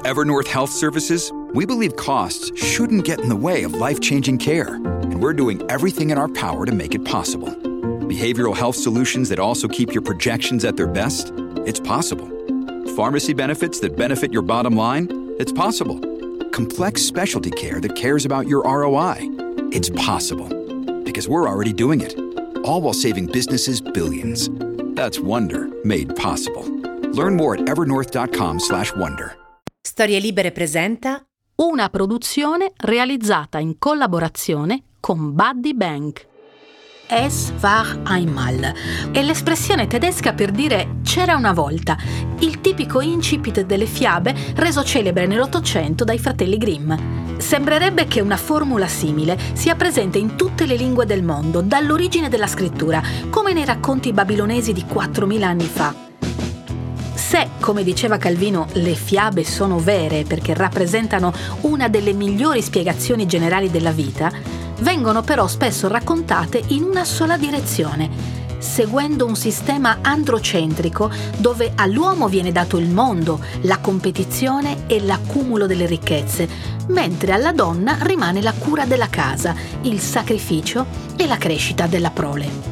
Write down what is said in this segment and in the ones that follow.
Evernorth Health Services, we believe costs shouldn't get in the way of life-changing care, and we're doing everything in our power to make it possible. Behavioral health solutions that also keep your projections at their best? It's possible. Pharmacy benefits that benefit your bottom line? It's possible. Complex specialty care that cares about your ROI? It's possible. Because we're already doing it. All while saving businesses billions. That's Wonder made possible. Learn more at evernorth.com/wonder. Storie Libere presenta una produzione realizzata in collaborazione con Buddy Bank. Es war einmal è l'espressione tedesca per dire c'era una volta, il tipico incipit delle fiabe reso celebre nell'Ottocento dai fratelli Grimm. Sembrerebbe che una formula simile sia presente in tutte le lingue del mondo, dall'origine della scrittura, come nei racconti babilonesi di 4000 anni fa. Se, come diceva Calvino, le fiabe sono vere perché rappresentano una delle migliori spiegazioni generali della vita, vengono però spesso raccontate in una sola direzione, seguendo un sistema androcentrico dove all'uomo viene dato il mondo, la competizione e l'accumulo delle ricchezze, mentre alla donna rimane la cura della casa, il sacrificio e la crescita della prole.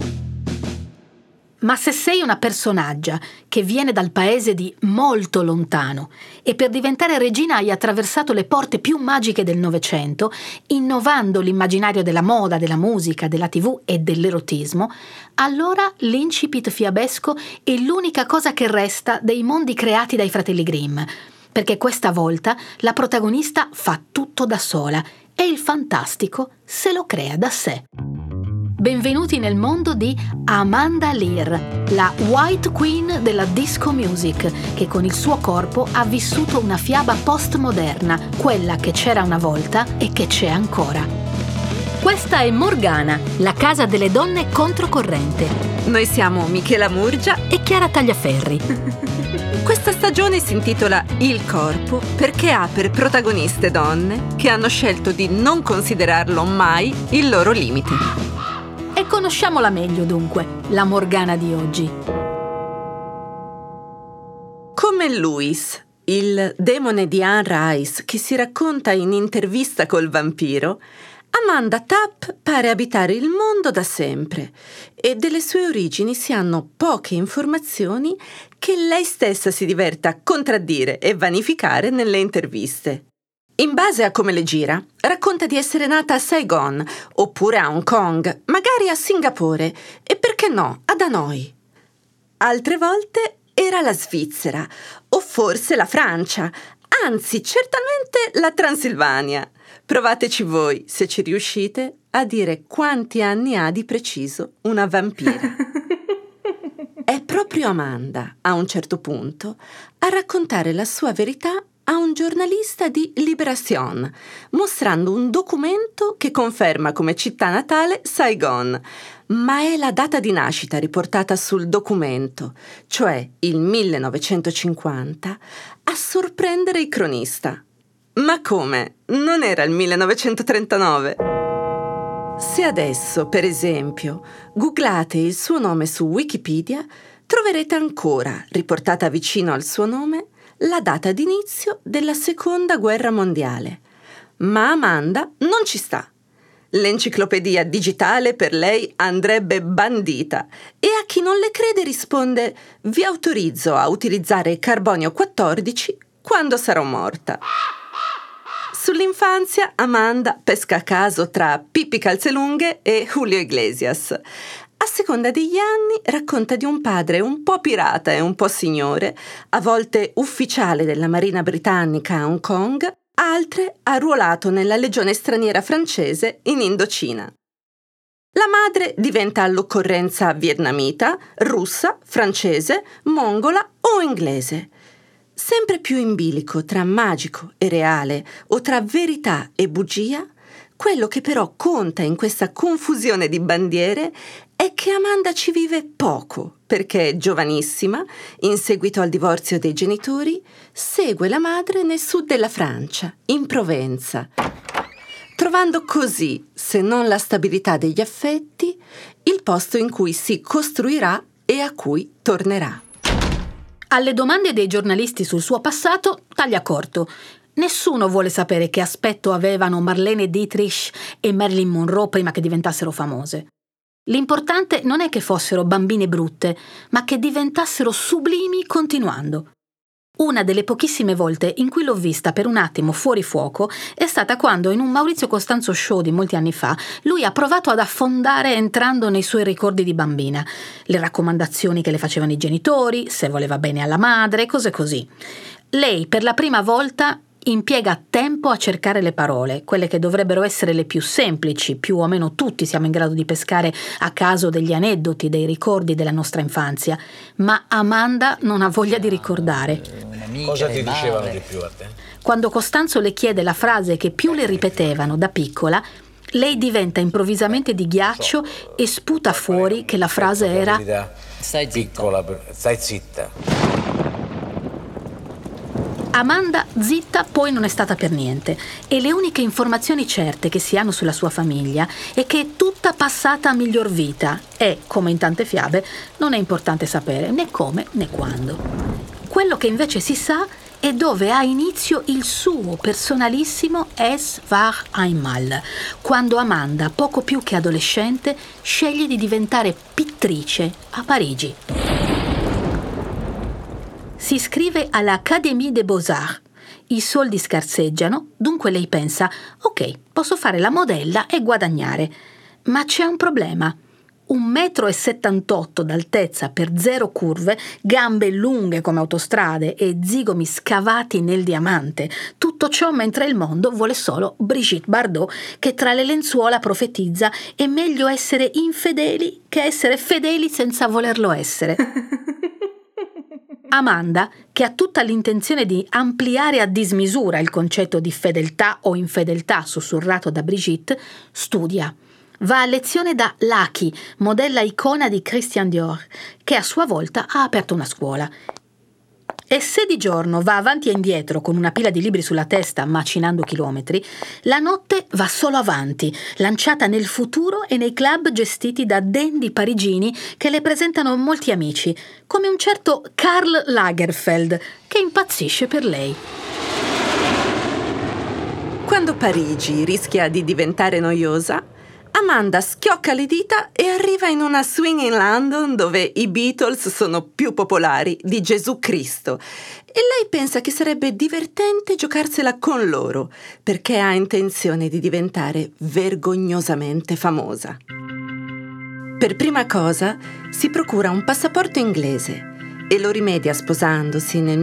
Ma se sei una personaggia che viene dal paese di molto lontano e per diventare regina hai attraversato le porte più magiche del Novecento, innovando l'immaginario della moda, della musica, della TV e dell'erotismo, allora l'incipit fiabesco è l'unica cosa che resta dei mondi creati dai fratelli Grimm, perché questa volta la protagonista fa tutto da sola e il fantastico se lo crea da sé. Benvenuti nel mondo di Amanda Lear, la White Queen della disco music, che con il suo corpo ha vissuto una fiaba postmoderna, quella che c'era una volta e che c'è ancora. Questa è Morgana, la casa delle donne controcorrente. Noi siamo Michela Murgia e Chiara Tagliaferri. Questa stagione si intitola Il corpo perché ha per protagoniste donne che hanno scelto di non considerarlo mai il loro limite. E conosciamola meglio dunque, la Morgana di oggi. Come Louis, il demone di Anne Rice che si racconta in Intervista col vampiro, Amanda Tapp pare abitare il mondo da sempre e delle sue origini si hanno poche informazioni che lei stessa si diverte a contraddire e vanificare nelle interviste. In base a come le gira, racconta di essere nata a Saigon, oppure a Hong Kong, magari a Singapore e perché no, ad Hanoi. Altre volte era la Svizzera, o forse la Francia, anzi certamente la Transilvania. Provateci voi, se ci riuscite, a dire quanti anni ha di preciso una vampira. È proprio Amanda, a un certo punto, a raccontare la sua verità a un giornalista di Libération, mostrando un documento che conferma come città natale Saigon, ma è la data di nascita riportata sul documento, cioè il 1950, a sorprendere il cronista. Ma come? Non era il 1939? Se adesso, per esempio, googlate il suo nome su Wikipedia, troverete ancora, riportata vicino al suo nome, la data d'inizio della Seconda Guerra Mondiale. Ma Amanda non ci sta. L'enciclopedia digitale per lei andrebbe bandita e a chi non le crede risponde: vi autorizzo a utilizzare carbonio 14 quando sarò morta. Sull'infanzia Amanda pesca a caso tra Pippi Calzelunghe e Julio Iglesias. A seconda degli anni racconta di un padre un po' pirata e un po' signore, a volte ufficiale della Marina Britannica a Hong Kong, altre arruolato nella legione straniera francese in Indocina. La madre diventa all'occorrenza vietnamita, russa, francese, mongola o inglese. Sempre più in bilico tra magico e reale o tra verità e bugia, quello che però conta in questa confusione di bandiere è che Amanda ci vive poco, perché giovanissima, in seguito al divorzio dei genitori, segue la madre nel sud della Francia, in Provenza, trovando così, se non la stabilità degli affetti, il posto in cui si costruirà e a cui tornerà. Alle domande dei giornalisti sul suo passato taglia corto. Nessuno vuole sapere che aspetto avevano Marlene Dietrich e Marilyn Monroe prima che diventassero famose. L'importante non è che fossero bambine brutte, ma che diventassero sublimi continuando. Una delle pochissime volte in cui l'ho vista per un attimo fuori fuoco è stata quando, in un Maurizio Costanzo show di molti anni fa, lui ha provato ad affondare entrando nei suoi ricordi di bambina, le raccomandazioni che le facevano i genitori, se voleva bene alla madre, cose così. Lei, per la prima volta, impiega tempo a cercare le parole, quelle che dovrebbero essere le più semplici, più o meno tutti siamo in grado di pescare a caso degli aneddoti, dei ricordi della nostra infanzia, ma Amanda non ha voglia di ricordare. Cosa ti dicevano di più a te? Quando Costanzo le chiede la frase che più le ripetevano da piccola, lei diventa improvvisamente di ghiaccio e sputa fuori che la frase era Stai piccola, stai zitta. Amanda zitta poi non è stata per niente e le uniche informazioni certe che si hanno sulla sua famiglia è che è tutta passata a miglior vita e, come in tante fiabe, non è importante sapere né come né quando. Quello che invece si sa è dove ha inizio il suo personalissimo Es war einmal, quando Amanda, poco più che adolescente, sceglie di diventare pittrice a Parigi. Si iscrive all'Académie des Beaux-Arts. I soldi scarseggiano, dunque lei pensa: ok, posso fare la modella e guadagnare. Ma c'è un problema. 1,78 m d'altezza per 0 curve, gambe lunghe come autostrade e zigomi scavati nel diamante. Tutto ciò mentre il mondo vuole solo Brigitte Bardot, che tra le lenzuola profetizza: è meglio essere infedeli che essere fedeli senza volerlo essere. Amanda, che ha tutta l'intenzione di ampliare a dismisura il concetto di fedeltà o infedeltà sussurrato da Brigitte, studia. Va a lezione da Lucky, modella icona di Christian Dior, che a sua volta ha aperto una scuola. E se di giorno va avanti e indietro con una pila di libri sulla testa, macinando chilometri, la notte va solo avanti, lanciata nel futuro e nei club gestiti da dandy parigini che le presentano molti amici, come un certo Karl Lagerfeld, che impazzisce per lei. Quando Parigi rischia di diventare noiosa, Amanda schiocca le dita e arriva in una swing in London dove i Beatles sono più popolari di Gesù Cristo e lei pensa che sarebbe divertente giocarsela con loro perché ha intenzione di diventare vergognosamente famosa. Per prima cosa si procura un passaporto inglese e lo rimedia sposandosi nel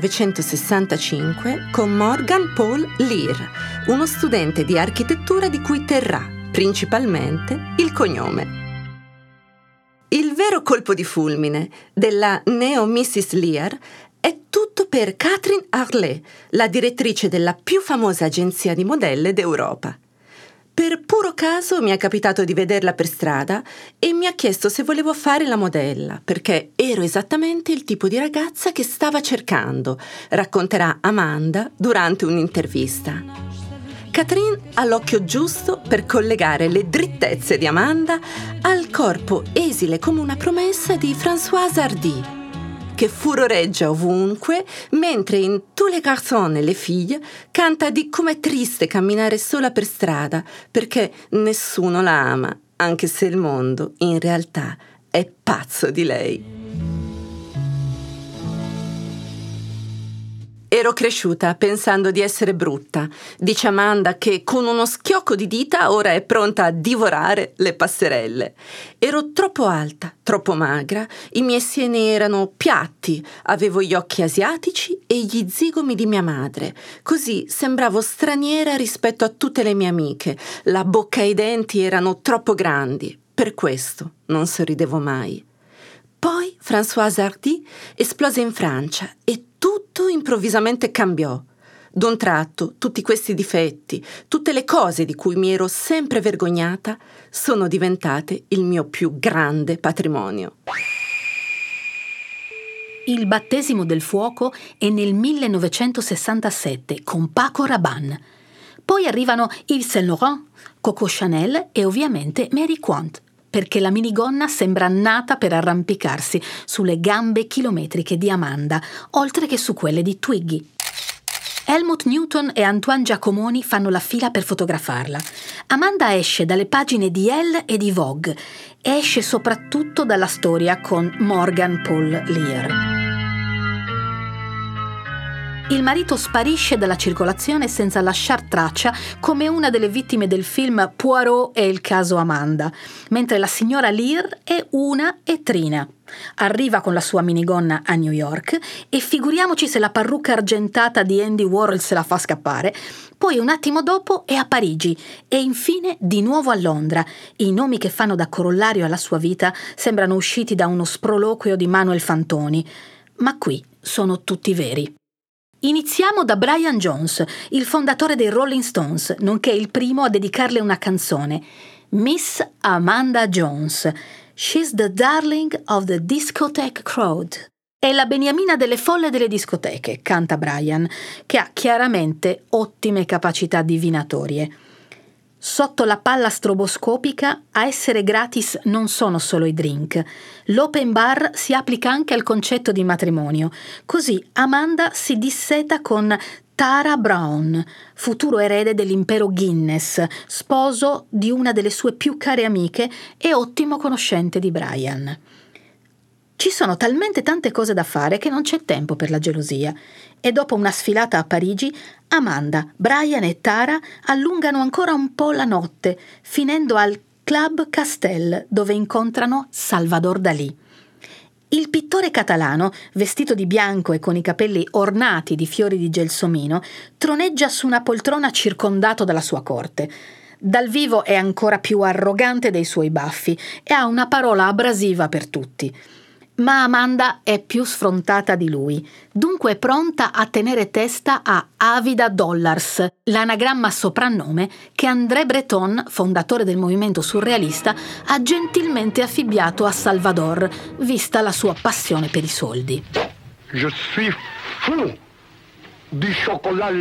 1965 con Morgan Paul Lear, uno studente di architettura di cui terrà principalmente il cognome. Il vero colpo di fulmine della neo Mrs. Lear è tutto per Catherine Harlé, la direttrice della più famosa agenzia di modelle d'Europa. Per puro caso mi è capitato di vederla per strada e mi ha chiesto se volevo fare la modella, perché ero esattamente il tipo di ragazza che stava cercando, racconterà Amanda durante un'intervista. Catherine ha l'occhio giusto per collegare le drittezze di Amanda al corpo esile come una promessa di Françoise Hardy, che furoreggia ovunque, mentre in Tous les garçons et les filles canta di com'è triste camminare sola per strada perché nessuno la ama, anche se il mondo in realtà è pazzo di lei. Ero cresciuta pensando di essere brutta, dice Amanda, che con uno schiocco di dita ora è pronta a divorare le passerelle. Ero troppo alta, troppo magra, i miei seni erano piatti, avevo gli occhi asiatici e gli zigomi di mia madre, così sembravo straniera rispetto a tutte le mie amiche, la bocca e i denti erano troppo grandi, per questo non sorridevo mai. Poi Françoise Hardy esplose in Francia e tutto improvvisamente cambiò. D'un tratto, tutti questi difetti, tutte le cose di cui mi ero sempre vergognata, sono diventate il mio più grande patrimonio. Il battesimo del fuoco è nel 1967 con Paco Rabanne. Poi arrivano Yves Saint Laurent, Coco Chanel e ovviamente Mary Quant. perché la minigonna sembra nata per arrampicarsi sulle gambe chilometriche di Amanda, oltre che su quelle di Twiggy. Helmut Newton e Antoine Giacomoni fanno la fila per fotografarla. Amanda esce dalle pagine di Elle e di Vogue e esce soprattutto dalla storia con Morgan Paul Lear. Il marito sparisce dalla circolazione senza lasciar traccia, come una delle vittime del film Poirot e il caso Amanda, mentre la signora Lear è una etrina. Arriva con la sua minigonna a New York e figuriamoci se la parrucca argentata di Andy Warhol se la fa scappare. Poi un attimo dopo è a Parigi e infine di nuovo a Londra. I nomi che fanno da corollario alla sua vita sembrano usciti da uno sproloquio di Manuel Fantoni, ma qui sono tutti veri. Iniziamo da Brian Jones, il fondatore dei Rolling Stones, nonché il primo a dedicarle una canzone, Miss Amanda Jones. She's the darling of the discotheque crowd. È la beniamina delle folle delle discoteche, canta Brian, che ha chiaramente ottime capacità divinatorie. Sotto la palla stroboscopica, a essere gratis non sono solo i drink. L'open bar si applica anche al concetto di matrimonio. Così Amanda si disseta con Tara Brown, futuro erede dell'impero Guinness, sposo di una delle sue più care amiche e ottimo conoscente di Brian. Ci sono talmente tante cose da fare che non c'è tempo per la gelosia. E dopo una sfilata a Parigi, Amanda, Brian e Tara allungano ancora un po' la notte, finendo al Club Castel, dove incontrano Salvador Dalì. Il pittore catalano, vestito di bianco e con i capelli ornati di fiori di gelsomino, troneggia su una poltrona circondato dalla sua corte. Dal vivo è ancora più arrogante dei suoi baffi e ha una parola abrasiva per tutti. Ma Amanda è più sfrontata di lui, dunque è pronta a tenere testa a Avida Dollars, l'anagramma soprannome che André Breton, fondatore del movimento surrealista, ha gentilmente affibbiato a Salvador, vista la sua passione per i soldi. Je suis fou du chocolat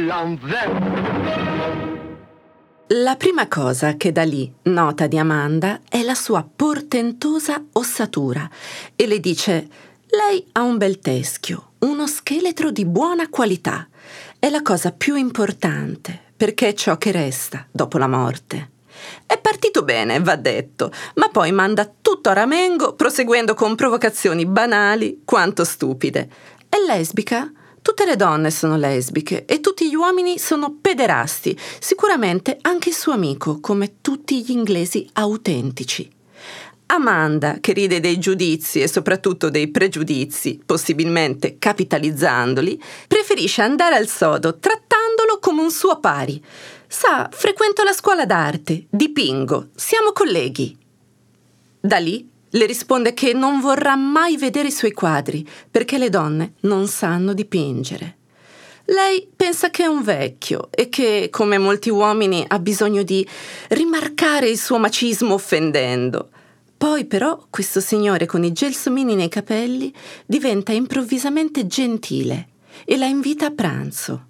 Lanvin. La prima cosa che Dalì nota di Amanda è la sua portentosa ossatura e le dice: lei ha un bel teschio, uno scheletro di buona qualità. È la cosa più importante perché è ciò che resta dopo la morte. È partito bene, va detto, ma poi manda tutto a ramengo proseguendo con provocazioni banali quanto stupide. È lesbica? Tutte le donne sono lesbiche e tutti gli uomini sono pederasti, sicuramente anche il suo amico, come tutti gli inglesi autentici. Amanda, che ride dei giudizi e soprattutto dei pregiudizi, possibilmente capitalizzandoli, preferisce andare al sodo trattandolo come un suo pari. Sa, frequento la scuola d'arte, dipingo, siamo colleghi. Dalì le risponde che non vorrà mai vedere i suoi quadri perché le donne non sanno dipingere. Lei pensa che è un vecchio e che, come molti uomini, ha bisogno di rimarcare il suo macismo offendendo. Poi però questo signore con i gelsomini nei capelli diventa improvvisamente gentile e la invita a pranzo.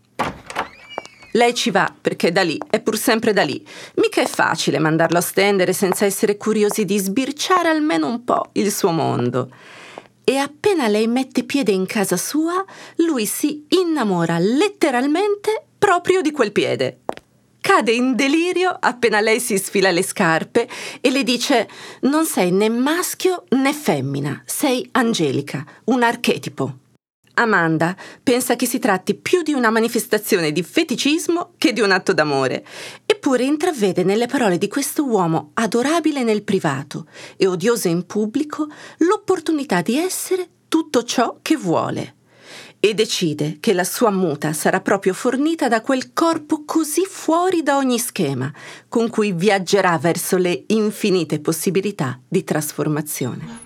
Lei ci va perché Dalì è pur sempre Dalì. Mica è facile mandarlo a stendere senza essere curiosi di sbirciare almeno un po' il suo mondo. E appena lei mette piede in casa sua, lui si innamora letteralmente proprio di quel piede. Cade in delirio appena lei si sfila le scarpe e le dice: non sei né maschio né femmina, sei Angelica, un archetipo. Amanda pensa che si tratti più di una manifestazione di feticismo che di un atto d'amore, eppure intravede nelle parole di questo uomo adorabile nel privato e odioso in pubblico l'opportunità di essere tutto ciò che vuole. E decide che la sua muta sarà proprio fornita da quel corpo così fuori da ogni schema, con cui viaggerà verso le infinite possibilità di trasformazione.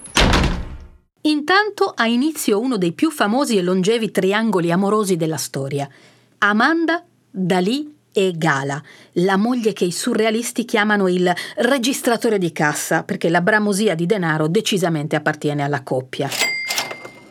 Intanto ha inizio uno dei più famosi e longevi triangoli amorosi della storia. Amanda, Dalì e Gala, la moglie che i surrealisti chiamano il registratore di cassa, perché la bramosia di denaro decisamente appartiene alla coppia.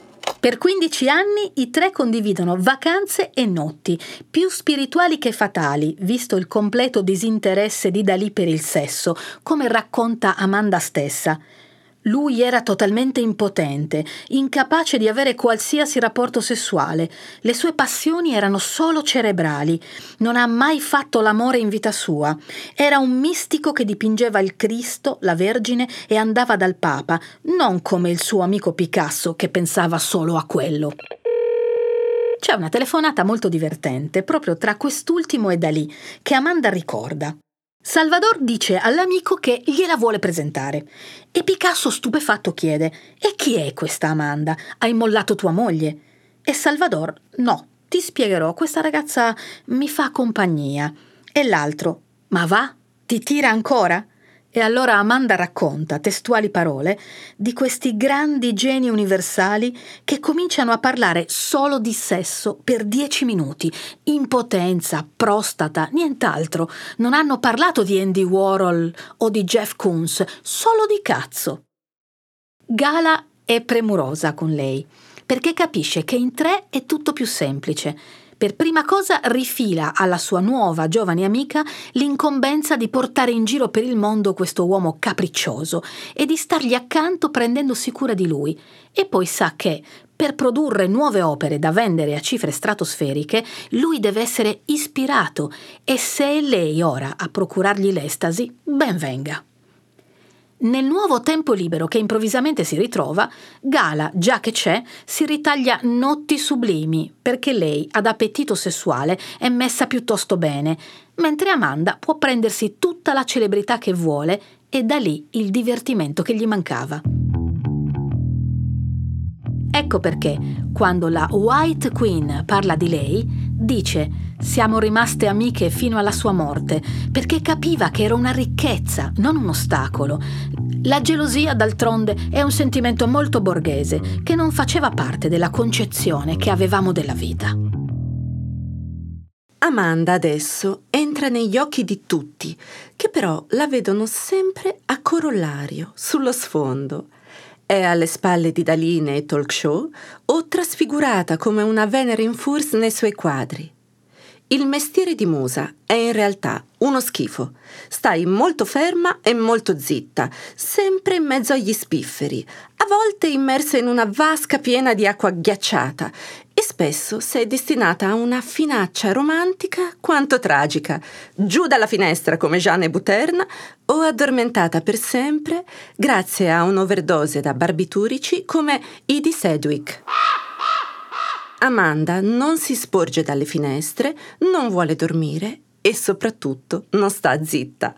Per 15 anni i tre condividono vacanze e notti, più spirituali che fatali, visto il completo disinteresse di Dalí per il sesso, come racconta Amanda stessa. Lui era totalmente impotente, incapace di avere qualsiasi rapporto sessuale. Le sue passioni erano solo cerebrali. Non ha mai fatto l'amore in vita sua. Era un mistico che dipingeva il Cristo, la Vergine e andava dal Papa, non come il suo amico Picasso che pensava solo a quello. C'è una telefonata molto divertente proprio tra quest'ultimo e Dalí, che Amanda ricorda. Salvador dice all'amico che gliela vuole presentare e Picasso stupefatto chiede: «E chi è questa Amanda? Hai mollato tua moglie?» E Salvador: «No, ti spiegherò, questa ragazza mi fa compagnia». E l'altro: «Ma va? Ti tira ancora?» E allora Amanda racconta, testuali parole, di questi grandi geni universali che cominciano a parlare solo di sesso per 10 minuti. Impotenza, prostata, nient'altro. Non hanno parlato di Andy Warhol o di Jeff Koons, solo di cazzo. Gala è premurosa con lei, perché capisce che in tre è tutto più semplice. Per prima cosa rifila alla sua nuova giovane amica l'incombenza di portare in giro per il mondo questo uomo capriccioso e di stargli accanto prendendosi cura di lui. E poi sa che, per produrre nuove opere da vendere a cifre stratosferiche, lui deve essere ispirato e se è lei ora a procurargli l'estasi, ben venga. Nel nuovo tempo libero che improvvisamente si ritrova, Gala, già che c'è, si ritaglia notti sublimi, perché lei, ad appetito sessuale, è messa piuttosto bene, mentre Amanda può prendersi tutta la celebrità che vuole e da lì il divertimento che gli mancava. Ecco perché, quando la White Queen parla di lei, dice: «Siamo rimaste amiche fino alla sua morte», perché capiva che era una ricchezza, non un ostacolo. La gelosia, d'altronde, è un sentimento molto borghese, che non faceva parte della concezione che avevamo della vita. Amanda adesso entra negli occhi di tutti, che però la vedono sempre a corollario, sullo sfondo. È alle spalle di Dalí nei talk show o trasfigurata come una Venere in Furs nei suoi quadri. Il mestiere di musa è in realtà uno schifo. Stai molto ferma e molto zitta, sempre in mezzo agli spifferi, a volte immersa in una vasca piena di acqua ghiacciata e spesso sei destinata a una finaccia romantica quanto tragica, giù dalla finestra come Jeanne Buterne o addormentata per sempre grazie a un'overdose da barbiturici come Edie Sedgwick. Amanda non si sporge dalle finestre, non vuole dormire e soprattutto non sta zitta.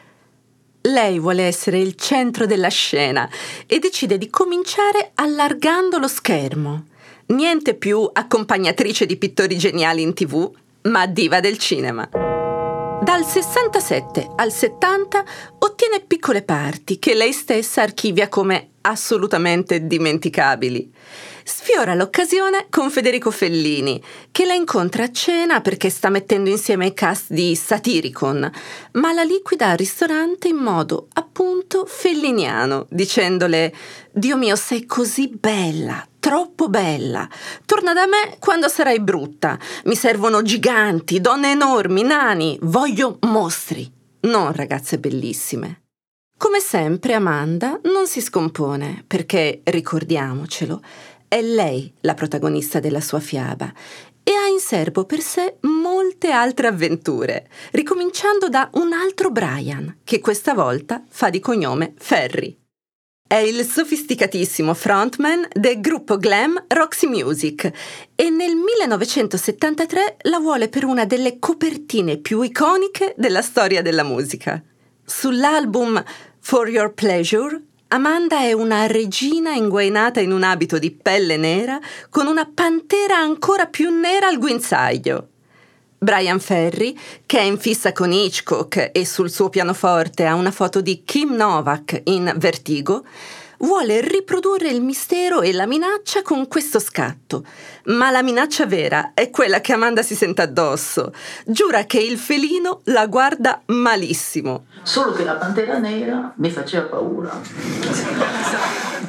Lei vuole essere il centro della scena e decide di cominciare allargando lo schermo. Niente più accompagnatrice di pittori geniali in TV, ma diva del cinema. Dal 67 al 70 ottiene piccole parti che lei stessa archivia come assolutamente dimenticabili. Sfiora l'occasione con Federico Fellini, che la incontra a cena perché sta mettendo insieme i cast di Satyricon, ma la liquida al ristorante in modo appunto felliniano, dicendole: «Dio mio, sei così bella, troppo bella. Torna da me quando sarai brutta. Mi servono giganti, donne enormi, nani. Voglio mostri, non ragazze bellissime». Come sempre Amanda non si scompone perché, ricordiamocelo, è lei la protagonista della sua fiaba e ha in serbo per sé molte altre avventure, ricominciando da un altro Brian, che questa volta fa di cognome Ferry. È il sofisticatissimo frontman del gruppo glam Roxy Music e nel 1973 la vuole per una delle copertine più iconiche della storia della musica. Sull'album For Your Pleasure, Amanda è una regina inguainata in un abito di pelle nera con una pantera ancora più nera al guinzaglio. Brian Ferry, che è in fissa con Hitchcock e sul suo pianoforte ha una foto di Kim Novak in Vertigo, vuole riprodurre il mistero e la minaccia con questo scatto. Ma la minaccia vera è quella che Amanda si sente addosso. Giura che il felino la guarda malissimo. Solo che la pantera nera mi faceva paura.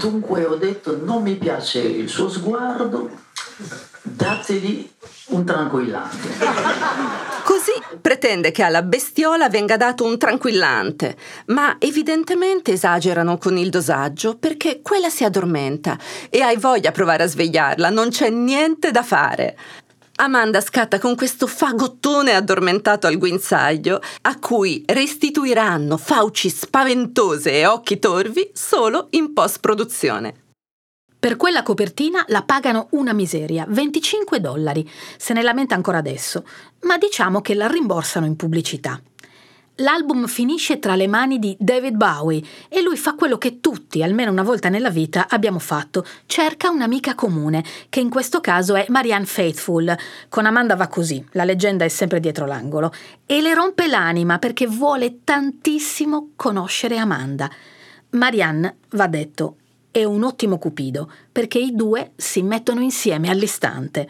Dunque ho detto, non mi piace il suo sguardo, dategli un tranquillante. Così pretende che alla bestiola venga dato un tranquillante, ma evidentemente esagerano con il dosaggio perché quella si addormenta e hai voglia a provare a svegliarla, non c'è niente da fare. Amanda scatta con questo fagottone addormentato al guinzaglio a cui restituiranno fauci spaventose e occhi torvi solo in post-produzione. Per quella copertina la pagano una miseria, $25. Se ne lamenta ancora adesso, ma diciamo che la rimborsano in pubblicità. L'album finisce tra le mani di David Bowie e lui fa quello che tutti, almeno una volta nella vita, abbiamo fatto. Cerca un'amica comune, che in questo caso è Marianne Faithfull. Con Amanda va così, la leggenda è sempre dietro l'angolo. E le rompe l'anima perché vuole tantissimo conoscere Amanda. Marianne, va detto, è un ottimo cupido, perché i due si mettono insieme all'istante.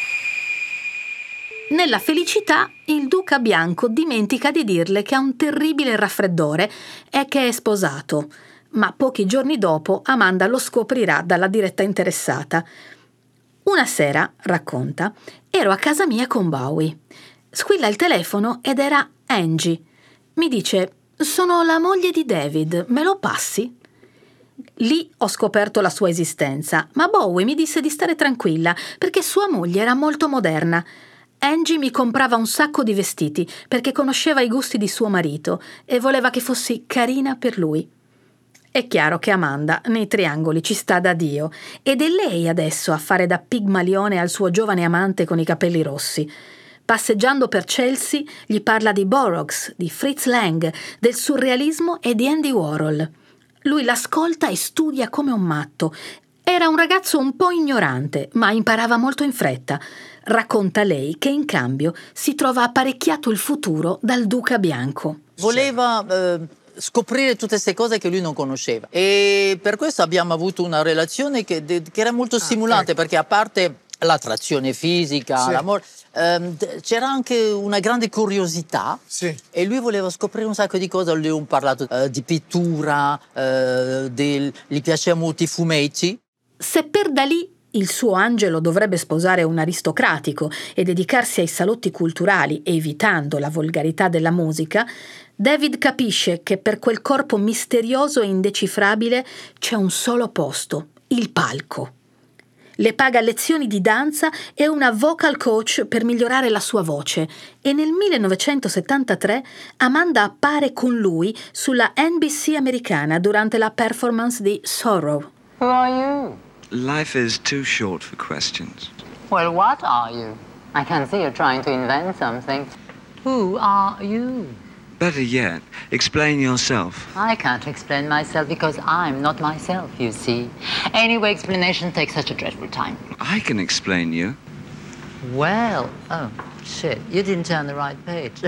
Nella felicità, il duca bianco dimentica di dirle che ha un terribile raffreddore e che è sposato, ma pochi giorni dopo Amanda lo scoprirà dalla diretta interessata. Una sera, racconta, ero a casa mia con Bowie. Squilla il telefono ed era Angie. Mi dice, sono la moglie di David, me lo passi? Lì ho scoperto la sua esistenza, ma Bowie mi disse di stare tranquilla perché sua moglie era molto moderna. Angie mi comprava un sacco di vestiti perché conosceva i gusti di suo marito e voleva che fossi carina per lui. È chiaro che Amanda nei triangoli ci sta da Dio ed è lei adesso a fare da Pigmalione al suo giovane amante con i capelli rossi. Passeggiando per Chelsea gli parla di Burroughs, di Fritz Lang, del surrealismo e di Andy Warhol. Lui l'ascolta e studia come un matto. Era un ragazzo un po' ignorante, ma imparava molto in fretta. Racconta lei che in cambio si trova apparecchiato il futuro dal duca bianco. Voleva scoprire tutte queste cose che lui non conosceva e per questo abbiamo avuto una relazione che era molto stimolante, perché a parte l'attrazione fisica, l'amore, c'era anche una grande curiosità e lui voleva scoprire un sacco di cose. Lui ha parlato di pittura, gli piaceva molto i fumetti. Se per Dalì il suo angelo dovrebbe sposare un aristocratico e dedicarsi ai salotti culturali, evitando la volgarità della musica, David capisce che per quel corpo misterioso e indecifrabile c'è un solo posto, il palco. Le paga lezioni di danza e una vocal coach per migliorare la sua voce e nel 1973 Amanda appare con lui sulla NBC americana durante la performance di Sorrow. Who are you? Life is too short for questions. Well, what are you? I can see you're trying to invent something. Who are you? Better yet, explain yourself. I can't explain myself because I'm not myself, you see. Anyway, explanation takes such a dreadful time. I can explain you. Well, oh, shit, you didn't turn the right page.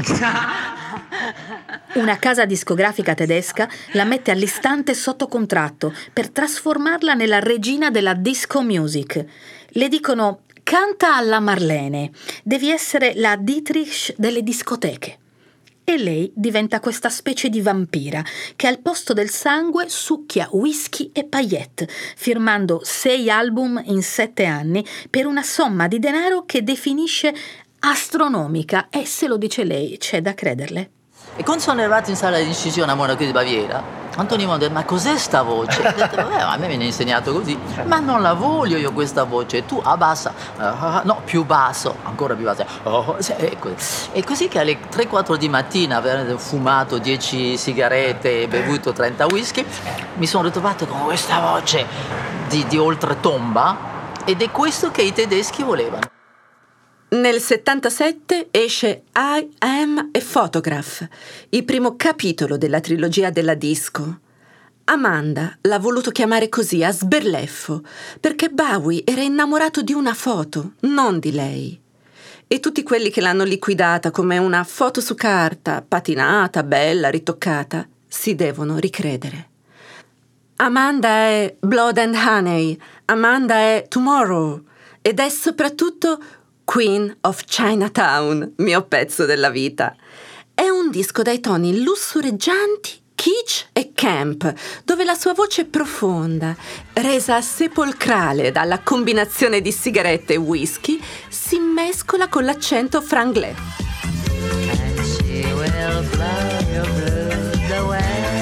Una casa discografica tedesca la mette all'istante sotto contratto per trasformarla nella regina della disco music. Le dicono: canta alla Marlene, devi essere la Dietrich delle discoteche. E lei diventa questa specie di vampira che al posto del sangue succhia whisky e paillette, firmando 6 album in 7 anni per una somma di denaro che definisce astronomica, e se lo dice lei c'è da crederle. E quando sono arrivato in sala di incisione a Monaco di Baviera, Antonio mi ha detto: ma cos'è sta voce? Ho detto: vabbè, a me viene insegnato così, ma non la voglio io questa voce, tu abbassa, no, più basso, ancora più basso, e così che alle 3-4 di mattina, aver fumato 10 sigarette e bevuto 30 whisky, mi sono ritrovato con questa voce di oltretomba, ed è questo che i tedeschi volevano. Nel 77 esce I Am a Photograph, il primo capitolo della trilogia della disco. Amanda l'ha voluto chiamare così a sberleffo, perché Bowie era innamorato di una foto, non di lei. E tutti quelli che l'hanno liquidata come una foto su carta, patinata, bella, ritoccata, si devono ricredere. Amanda è Blood and Honey, Amanda è Tomorrow, ed è soprattutto Queen of Chinatown, mio pezzo della vita. È un disco dai toni lussureggianti kitsch e camp, dove la sua voce profonda, resa sepolcrale dalla combinazione di sigarette e whisky, si mescola con l'accento franglais. And she will blow your blues away.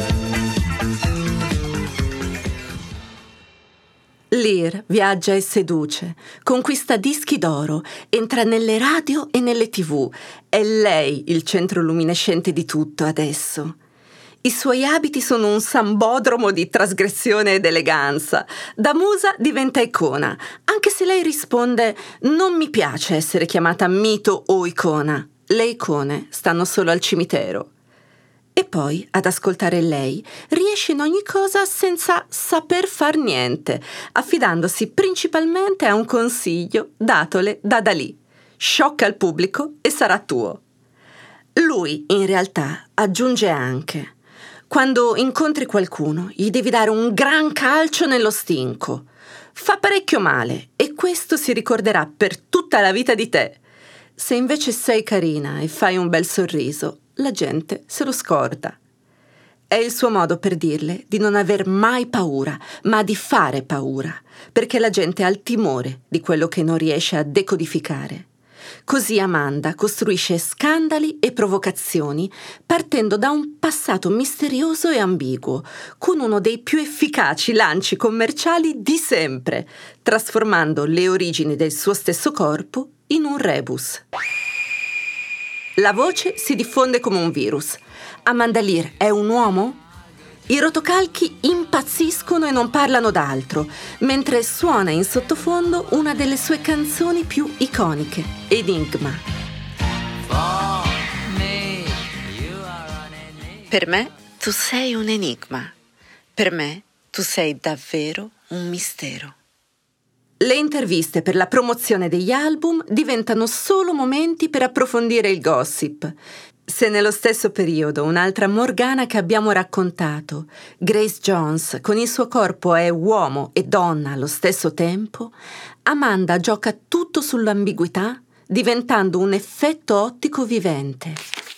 Lear viaggia e seduce, conquista dischi d'oro, entra nelle radio e nelle TV. È lei il centro luminescente di tutto adesso. I suoi abiti sono un sambodromo di trasgressione ed eleganza. Da musa diventa icona, anche se lei risponde: non mi piace essere chiamata mito o icona. Le icone stanno solo al cimitero. E poi, ad ascoltare lei, riesce in ogni cosa senza saper far niente, affidandosi principalmente a un consiglio datole da Dalì: sciocca il pubblico e sarà tuo. Lui, in realtà, aggiunge anche: quando incontri qualcuno, gli devi dare un gran calcio nello stinco. Fa parecchio male e questo si ricorderà per tutta la vita di te. Se invece sei carina e fai un bel sorriso, la gente se lo scorda. È il suo modo per dirle di non aver mai paura, ma di fare paura, perché la gente ha il timore di quello che non riesce a decodificare. Così Amanda costruisce scandali e provocazioni partendo da un passato misterioso e ambiguo, con uno dei più efficaci lanci commerciali di sempre, trasformando le origini del suo stesso corpo in un rebus. La voce si diffonde come un virus. Amanda Lear è un uomo? I rotocalchi impazziscono e non parlano d'altro, mentre suona in sottofondo una delle sue canzoni più iconiche, Enigma. Per me tu sei un enigma. Per me tu sei davvero un mistero. Le interviste per la promozione degli album diventano solo momenti per approfondire il gossip. Se nello stesso periodo un'altra Morgana che abbiamo raccontato, Grace Jones, con il suo corpo è uomo e donna allo stesso tempo, Amanda gioca tutto sull'ambiguità, diventando un effetto ottico vivente.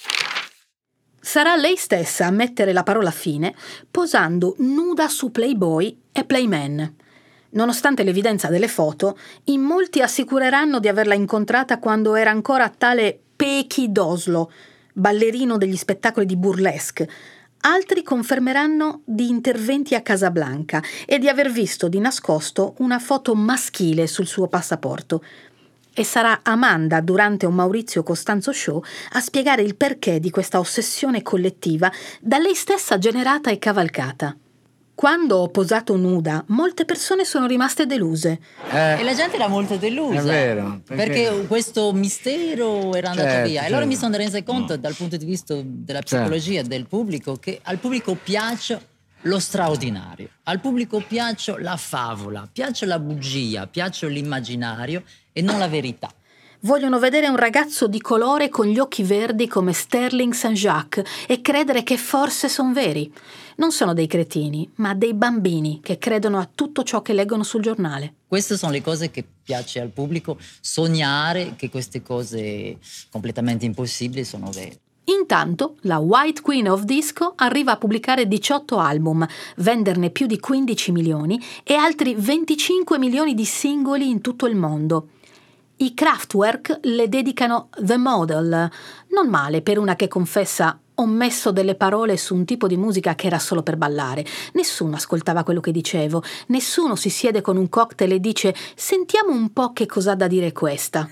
Sarà lei stessa a mettere la parola fine, posando nuda su Playboy e Playman. Nonostante l'evidenza delle foto, in molti assicureranno di averla incontrata quando era ancora tale Pechi d'Oslo, ballerino degli spettacoli di burlesque. Altri confermeranno di interventi a Casablanca e di aver visto di nascosto una foto maschile sul suo passaporto. E sarà Amanda, durante un Maurizio Costanzo show, a spiegare il perché di questa ossessione collettiva da lei stessa generata e cavalcata. Quando ho posato nuda, molte persone sono rimaste deluse. E la gente era molto delusa. È vero. Perché questo mistero era andato via. E allora mi sono resa conto, dal punto di vista della psicologia del pubblico, che al pubblico piace lo straordinario. Al pubblico piace la favola, piace la bugia, piace l'immaginario e non la verità. Vogliono vedere un ragazzo di colore con gli occhi verdi come Sterling St. Jacques e credere che forse sono veri. Non sono dei cretini, ma dei bambini che credono a tutto ciò che leggono sul giornale. Queste sono le cose che piace al pubblico, sognare che queste cose completamente impossibili sono vere. Intanto, la White Queen of Disco arriva a pubblicare 18 album, venderne più di 15 milioni e altri 25 milioni di singoli in tutto il mondo. I Kraftwerk le dedicano The Model, non male per una che confessa: ho messo delle parole su un tipo di musica che era solo per ballare. Nessuno ascoltava quello che dicevo, nessuno si siede con un cocktail e dice: sentiamo un po' che cosa ha da dire questa.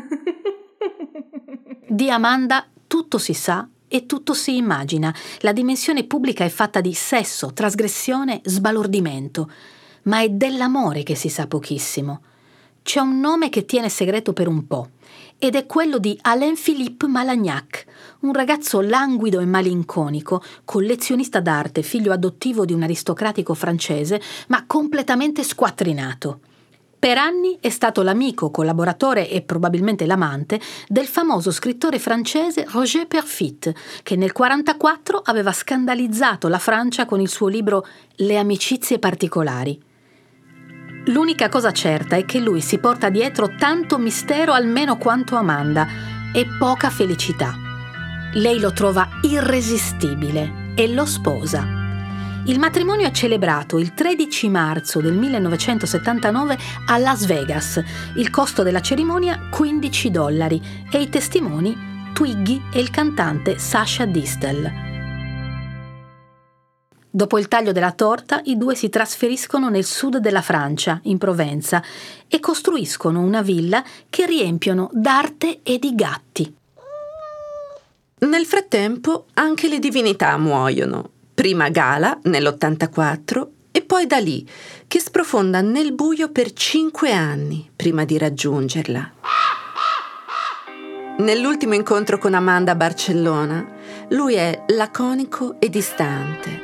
Di Amanda tutto si sa e tutto si immagina. La dimensione pubblica è fatta di sesso, trasgressione, sbalordimento, ma è dell'amore che si sa pochissimo. C'è un nome che tiene segreto per un po', ed è quello di Alain-Philippe Malagnac, un ragazzo languido e malinconico, collezionista d'arte, figlio adottivo di un aristocratico francese, ma completamente squattrinato. Per anni è stato l'amico, collaboratore e probabilmente l'amante del famoso scrittore francese Roger Perfit, che nel 1944 aveva scandalizzato la Francia con il suo libro Le amicizie particolari. L'unica cosa certa è che lui si porta dietro tanto mistero almeno quanto Amanda e poca felicità. Lei lo trova irresistibile e lo sposa. Il matrimonio è celebrato il 13 marzo del 1979 a Las Vegas. Il costo della cerimonia $15 e i testimoni Twiggy e il cantante Sasha Distel. Dopo il taglio della torta, i due si trasferiscono nel sud della Francia, in Provenza, e costruiscono una villa che riempiono d'arte e di gatti. Nel frattempo anche le divinità muoiono. Prima Gala nell'84 e poi Dalì, che sprofonda nel buio per 5 anni prima di raggiungerla. Nell'ultimo incontro con Amanda a Barcellona, lui è laconico e distante.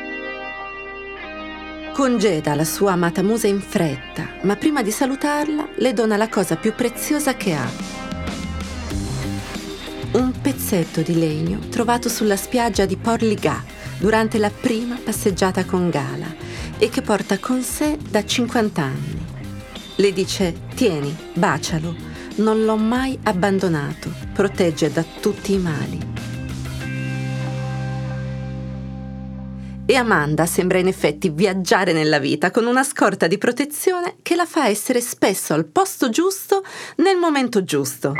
Congeda la sua amata musa in fretta, ma prima di salutarla le dona la cosa più preziosa che ha. Un pezzetto di legno trovato sulla spiaggia di Port-Ligat durante la prima passeggiata con Gala e che porta con sé da 50 anni. Le dice: tieni, bacialo, non l'ho mai abbandonato, protegge da tutti i mali. E Amanda sembra in effetti viaggiare nella vita con una scorta di protezione che la fa essere spesso al posto giusto nel momento giusto.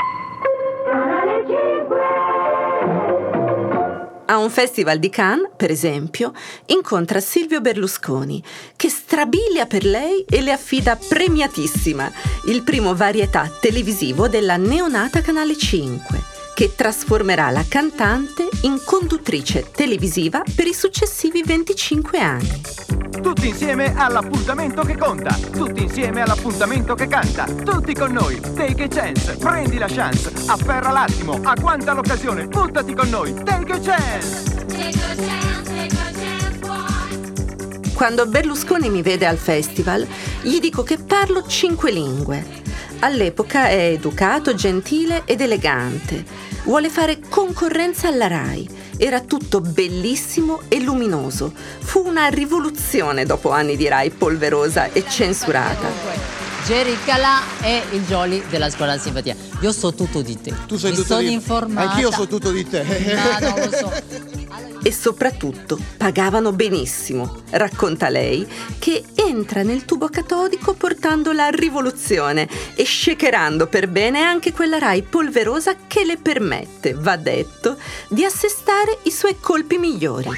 A un festival di Cannes, per esempio, incontra Silvio Berlusconi, che strabilia per lei e le affida Premiatissima, il primo varietà televisivo della neonata Canale 5, che trasformerà la cantante in conduttrice televisiva per i successivi 25 anni. Tutti insieme all'appuntamento che conta, tutti insieme all'appuntamento che canta, tutti con noi, take a chance, prendi la chance, afferra l'attimo, agguanta l'occasione, buttati con noi, take a chance! Quando Berlusconi mi vede al festival, gli dico che parlo 5 lingue. All'epoca è educato, gentile ed elegante. Vuole fare concorrenza alla Rai. Era tutto bellissimo e luminoso. Fu una rivoluzione dopo anni di Rai polverosa e censurata. Jerry Calà è il Jolly della scuola di simpatia. Io so tutto di te. Tu sai mi tutto sono di me. informata. Anch'io so tutto di te. Non lo so. E soprattutto pagavano benissimo. Racconta lei che entra nel tubo catodico portando la rivoluzione e shakerando per bene anche quella Rai polverosa che le permette, va detto, di assestare i suoi colpi migliori.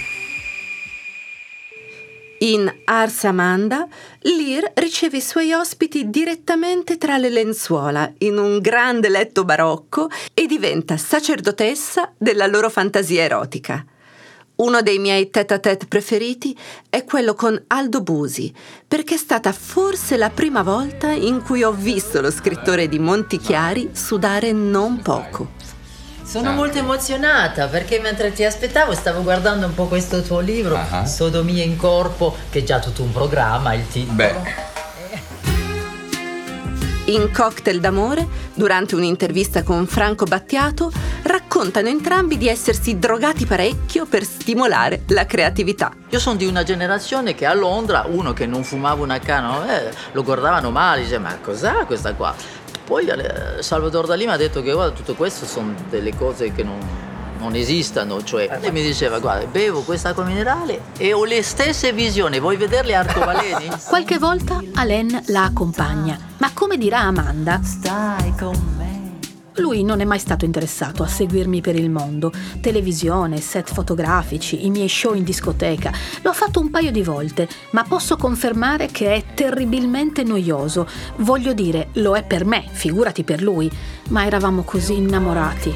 In Ars Amanda, Lear riceve i suoi ospiti direttamente tra le lenzuola in un grande letto barocco e diventa sacerdotessa della loro fantasia erotica. Uno dei miei tête-à-tête preferiti è quello con Aldo Busi, perché è stata forse la prima volta in cui ho visto lo scrittore di Montichiari sudare non poco. Sono molto emozionata perché mentre ti aspettavo stavo guardando un po' questo tuo libro, Sodomia in corpo, che è già tutto un programma, il titolo. In Cocktail d'amore, durante un'intervista con Franco Battiato, raccontano entrambi di essersi drogati parecchio per stimolare la creatività. Io sono di una generazione che a Londra uno che non fumava una canna lo guardavano male, dice ma cos'è questa qua? Poi Salvador Dalì mi ha detto che guarda, tutto questo sono delle cose che non esistono, cioè e mi diceva guarda bevo questa acqua minerale e ho le stesse visioni, vuoi vederle arcobaleni? Qualche volta Alain la accompagna, ma come dirà Amanda, stai con me. Lui non è mai stato interessato a seguirmi per il mondo, televisione, set fotografici, i miei show in discoteca. L'ho fatto un paio di volte, ma posso confermare che è terribilmente noioso. Voglio dire, lo è per me, figurati per lui, ma eravamo così innamorati.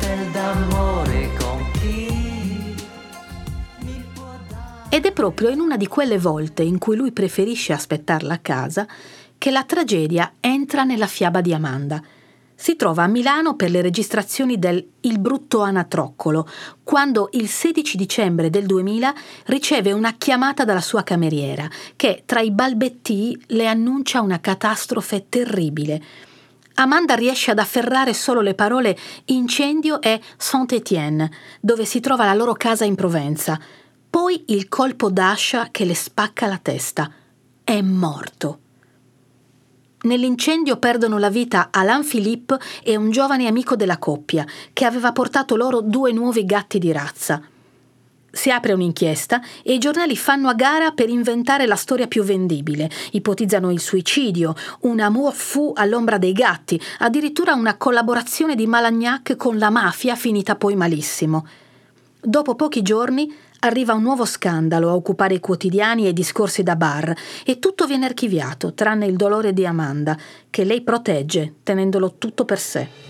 Ed è proprio in una di quelle volte in cui lui preferisce aspettarla a casa che la tragedia entra nella fiaba di Amanda. Si trova a Milano per le registrazioni del Il brutto anatroccolo, quando il 16 dicembre del 2000 riceve una chiamata dalla sua cameriera che, tra i balbettii, le annuncia una catastrofe terribile. Amanda riesce ad afferrare solo le parole incendio e Saint-Étienne, dove si trova la loro casa in Provenza. Poi il colpo d'ascia che le spacca la testa. È morto. Nell'incendio perdono la vita Alain Philippe e un giovane amico della coppia, che aveva portato loro 2 nuovi gatti di razza. Si apre un'inchiesta e i giornali fanno a gara per inventare la storia più vendibile. Ipotizzano il suicidio, un amour fou all'ombra dei gatti, addirittura una collaborazione di Malagnac con la mafia finita poi malissimo. Dopo pochi giorni arriva un nuovo scandalo a occupare i quotidiani e i discorsi da bar e tutto viene archiviato, tranne il dolore di Amanda, che lei protegge, tenendolo tutto per sé.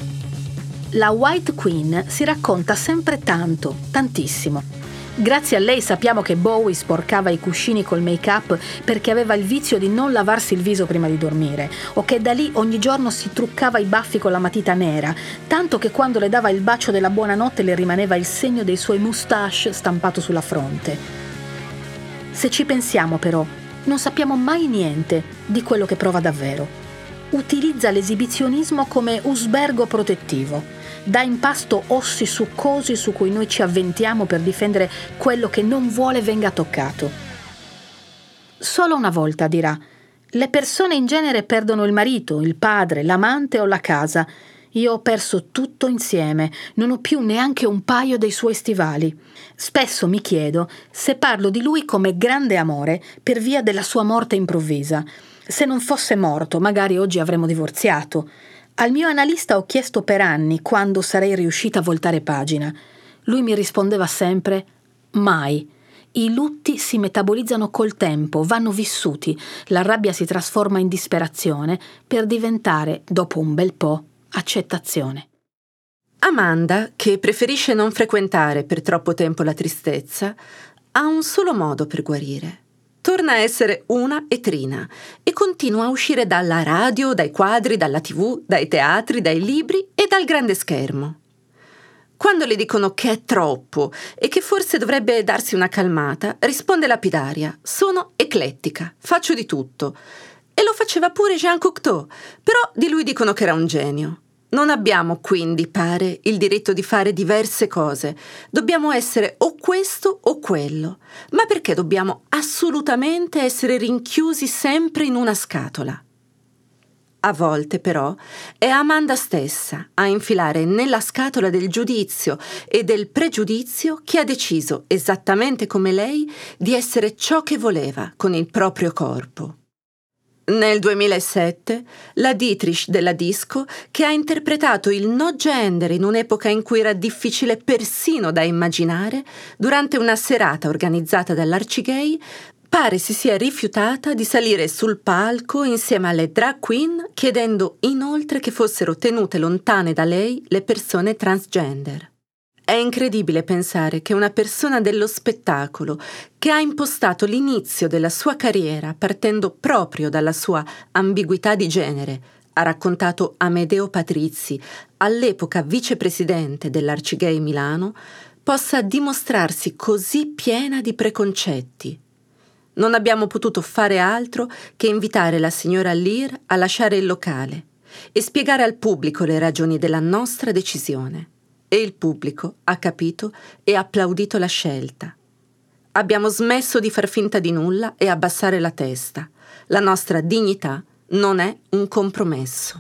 La White Queen si racconta sempre tanto, tantissimo. Grazie a lei sappiamo che Bowie sporcava i cuscini col make-up perché aveva il vizio di non lavarsi il viso prima di dormire, o che Dalì ogni giorno si truccava i baffi con la matita nera, tanto che quando le dava il bacio della buonanotte le rimaneva il segno dei suoi moustache stampato sulla fronte. Se ci pensiamo però, non sappiamo mai niente di quello che prova davvero. Utilizza l'esibizionismo come usbergo protettivo. Dà in pasto ossi succosi su cui noi ci avventiamo per difendere quello che non vuole venga toccato. Solo una volta dirà: le persone in genere perdono il marito, il padre, l'amante o la casa. Io ho perso tutto insieme, non ho più neanche un paio dei suoi stivali. Spesso mi chiedo se parlo di lui come grande amore per via della sua morte improvvisa. Se non fosse morto, magari oggi avremmo divorziato. Al mio analista ho chiesto per anni quando sarei riuscita a voltare pagina. Lui mi rispondeva sempre: mai. I lutti si metabolizzano col tempo, vanno vissuti. La rabbia si trasforma in disperazione per diventare, dopo un bel po', accettazione. Amanda, che preferisce non frequentare per troppo tempo la tristezza, ha un solo modo per guarire. Torna a essere una Etrina e continua a uscire dalla radio, dai quadri, dalla TV, dai teatri, dai libri e dal grande schermo. Quando le dicono che è troppo e che forse dovrebbe darsi una calmata, risponde lapidaria: sono eclettica, faccio di tutto. E lo faceva pure Jean Cocteau, però di lui dicono che era un genio. Non abbiamo quindi, pare, il diritto di fare diverse cose. Dobbiamo essere o questo o quello. Ma perché dobbiamo assolutamente essere rinchiusi sempre in una scatola? A volte, però, è Amanda stessa a infilare nella scatola del giudizio e del pregiudizio che ha deciso, esattamente come lei, di essere ciò che voleva con il proprio corpo. Nel 2007, la Dietrich della disco, che ha interpretato il no gender in un'epoca in cui era difficile persino da immaginare, durante una serata organizzata dall'Arcigay, pare si sia rifiutata di salire sul palco insieme alle drag queen, chiedendo inoltre che fossero tenute lontane da lei le persone transgender. È incredibile pensare che una persona dello spettacolo, che ha impostato l'inizio della sua carriera partendo proprio dalla sua ambiguità di genere, ha raccontato Amedeo Patrizi, all'epoca vicepresidente dell'Arcigay Milano, possa dimostrarsi così piena di preconcetti. Non abbiamo potuto fare altro che invitare la signora Lear a lasciare il locale e spiegare al pubblico le ragioni della nostra decisione. E il pubblico ha capito e ha applaudito la scelta. Abbiamo smesso di far finta di nulla e abbassare la testa. La nostra dignità non è un compromesso.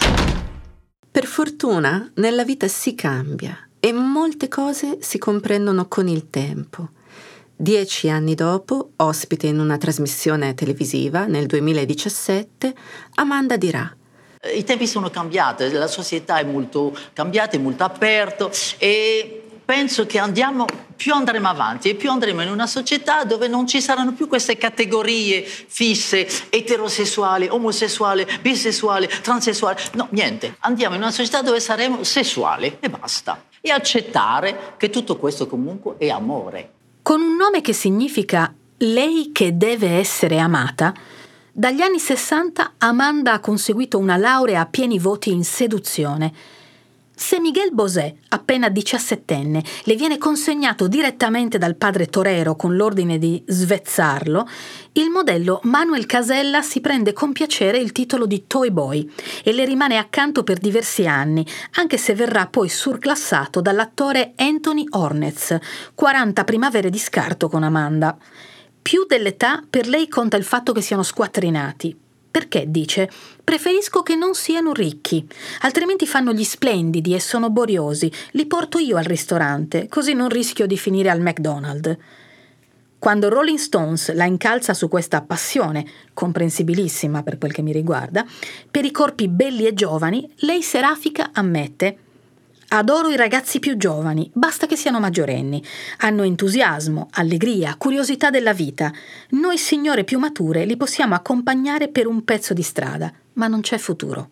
Per fortuna, nella vita si cambia e molte cose si comprendono con il tempo. 10 anni dopo, ospite in una trasmissione televisiva, nel 2017, Amanda dirà: i tempi sono cambiati, la società è molto cambiata, è molto aperta e penso che più andremo avanti e più andremo in una società dove non ci saranno più queste categorie fisse, eterosessuale, omosessuale, bisessuale, transessuale. No, niente. Andiamo in una società dove saremo sessuali e basta. E accettare che tutto questo comunque è amore. Con un nome che significa lei che deve essere amata, dagli anni 60 Amanda ha conseguito una laurea a pieni voti in seduzione. Se Miguel Bosé, appena 17enne, le viene consegnato direttamente dal padre torero con l'ordine di svezzarlo, il modello Manuel Casella si prende con piacere il titolo di Toy Boy e le rimane accanto per diversi anni, anche se verrà poi surclassato dall'attore Anthony Hornets, 40 primavere di scarto con Amanda. Più dell'età per lei conta il fatto che siano squattrinati. perché, dice, preferisco che non siano ricchi, altrimenti fanno gli splendidi e sono boriosi, li porto io al ristorante, così non rischio di finire al McDonald's. Quando Rolling Stones la incalza su questa passione, comprensibilissima per quel che mi riguarda, per i corpi belli e giovani, lei serafica ammette: adoro i ragazzi più giovani, basta che siano maggiorenni. Hanno entusiasmo, allegria, curiosità della vita. Noi signore più mature li possiamo accompagnare per un pezzo di strada, ma non c'è futuro.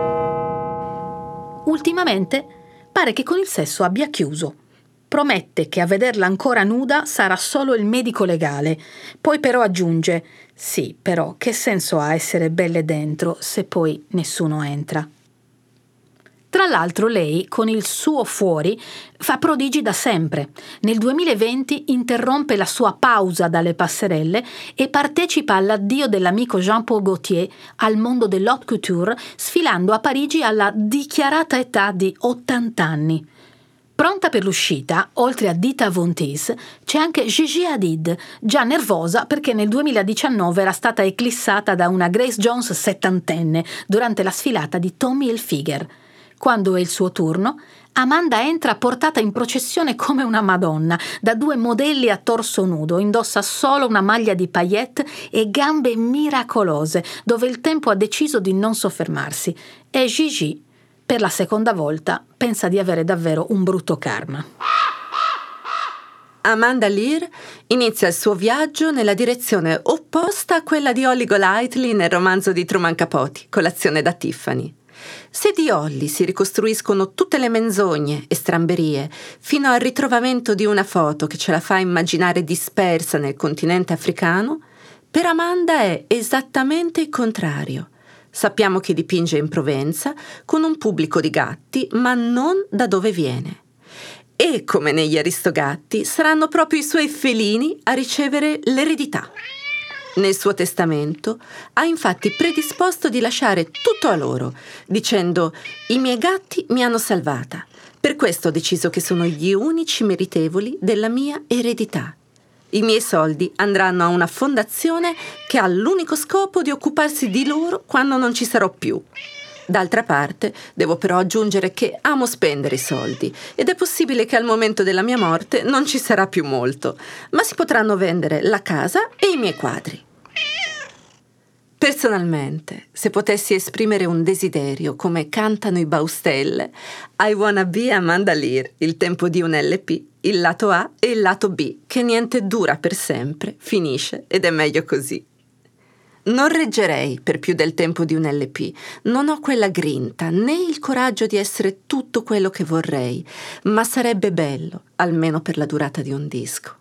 Ultimamente pare che con il sesso abbia chiuso. Promette che a vederla ancora nuda sarà solo il medico legale. Poi però aggiunge: sì, però che senso ha essere belle dentro se poi nessuno entra? Tra l'altro lei, con il suo fuori, fa prodigi da sempre. Nel 2020 interrompe la sua pausa dalle passerelle e partecipa all'addio dell'amico Jean-Paul Gaultier al mondo dell'haute couture, sfilando a Parigi alla dichiarata età di 80 anni. Pronta per l'uscita, oltre a Dita Von Teese, c'è anche Gigi Hadid, già nervosa perché nel 2019 era stata eclissata da una Grace Jones settantenne durante la sfilata di Tommy Hilfiger. Quando è il suo turno, Amanda entra portata in processione come una Madonna, da 2 modelli a torso nudo, indossa solo una maglia di paillette e gambe miracolose, dove il tempo ha deciso di non soffermarsi. E Gigi, per la seconda volta, pensa di avere davvero un brutto karma. Amanda Lear inizia il suo viaggio nella direzione opposta a quella di Holly Golightly nel romanzo di Truman Capote, Colazione da Tiffany. Se di Holly si ricostruiscono tutte le menzogne e stramberie fino al ritrovamento di una foto che ce la fa immaginare dispersa nel continente africano, per Amanda è esattamente il contrario. Sappiamo che dipinge in Provenza con un pubblico di gatti, ma non da dove viene. E, come negli Aristogatti, saranno proprio i suoi felini a ricevere l'eredità. Nel suo testamento ha infatti predisposto di lasciare tutto a loro, dicendo: «I miei gatti mi hanno salvata. Per questo ho deciso che sono gli unici meritevoli della mia eredità. I miei soldi andranno a una fondazione che ha l'unico scopo di occuparsi di loro quando non ci sarò più. D'altra parte, devo però aggiungere che amo spendere i soldi ed è possibile che al momento della mia morte non ci sarà più molto, ma si potranno vendere la casa e i miei quadri». Personalmente, se potessi esprimere un desiderio come cantano i Baustelle, I wanna be Amanda Lear, il tempo di un LP, il lato A e il lato B, che niente dura per sempre, finisce ed è meglio così. Non reggerei per più del tempo di un LP, non ho quella grinta né il coraggio di essere tutto quello che vorrei, ma sarebbe bello, almeno per la durata di un disco.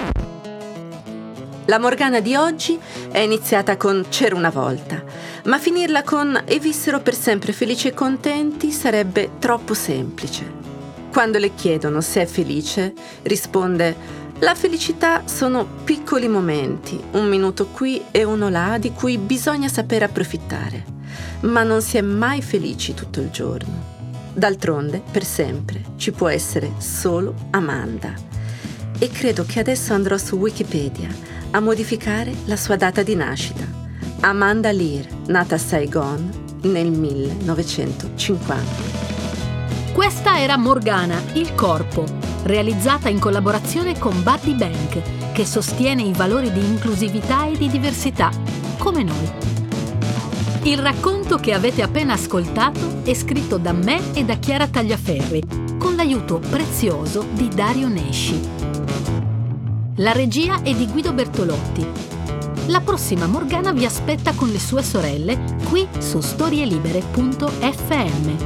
La Morgana di oggi è iniziata con C'era una volta, ma finirla con E vissero per sempre felici e contenti sarebbe troppo semplice. Quando le chiedono se è felice, risponde: la felicità sono piccoli momenti, un minuto qui e uno là, di cui bisogna sapere approfittare, ma non si è mai felici tutto il giorno. D'altronde, per sempre, ci può essere solo Amanda. E credo che adesso andrò su Wikipedia a modificare la sua data di nascita. Amanda Lear, nata a Saigon nel 1950. Questa era Morgana, il corpo, realizzata in collaborazione con Buddy Bank, che sostiene i valori di inclusività e di diversità, come noi. Il racconto che avete appena ascoltato è scritto da me e da Chiara Tagliaferri, con l'aiuto prezioso di Dario Nesci. La regia è di Guido Bertolotti. La prossima Morgana vi aspetta con le sue sorelle qui su storielibere.fm.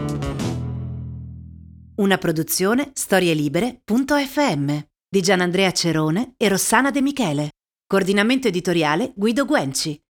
Una produzione storielibere.fm di Gianandrea Cerone e Rossana De Michele. Coordinamento editoriale Guido Guenci.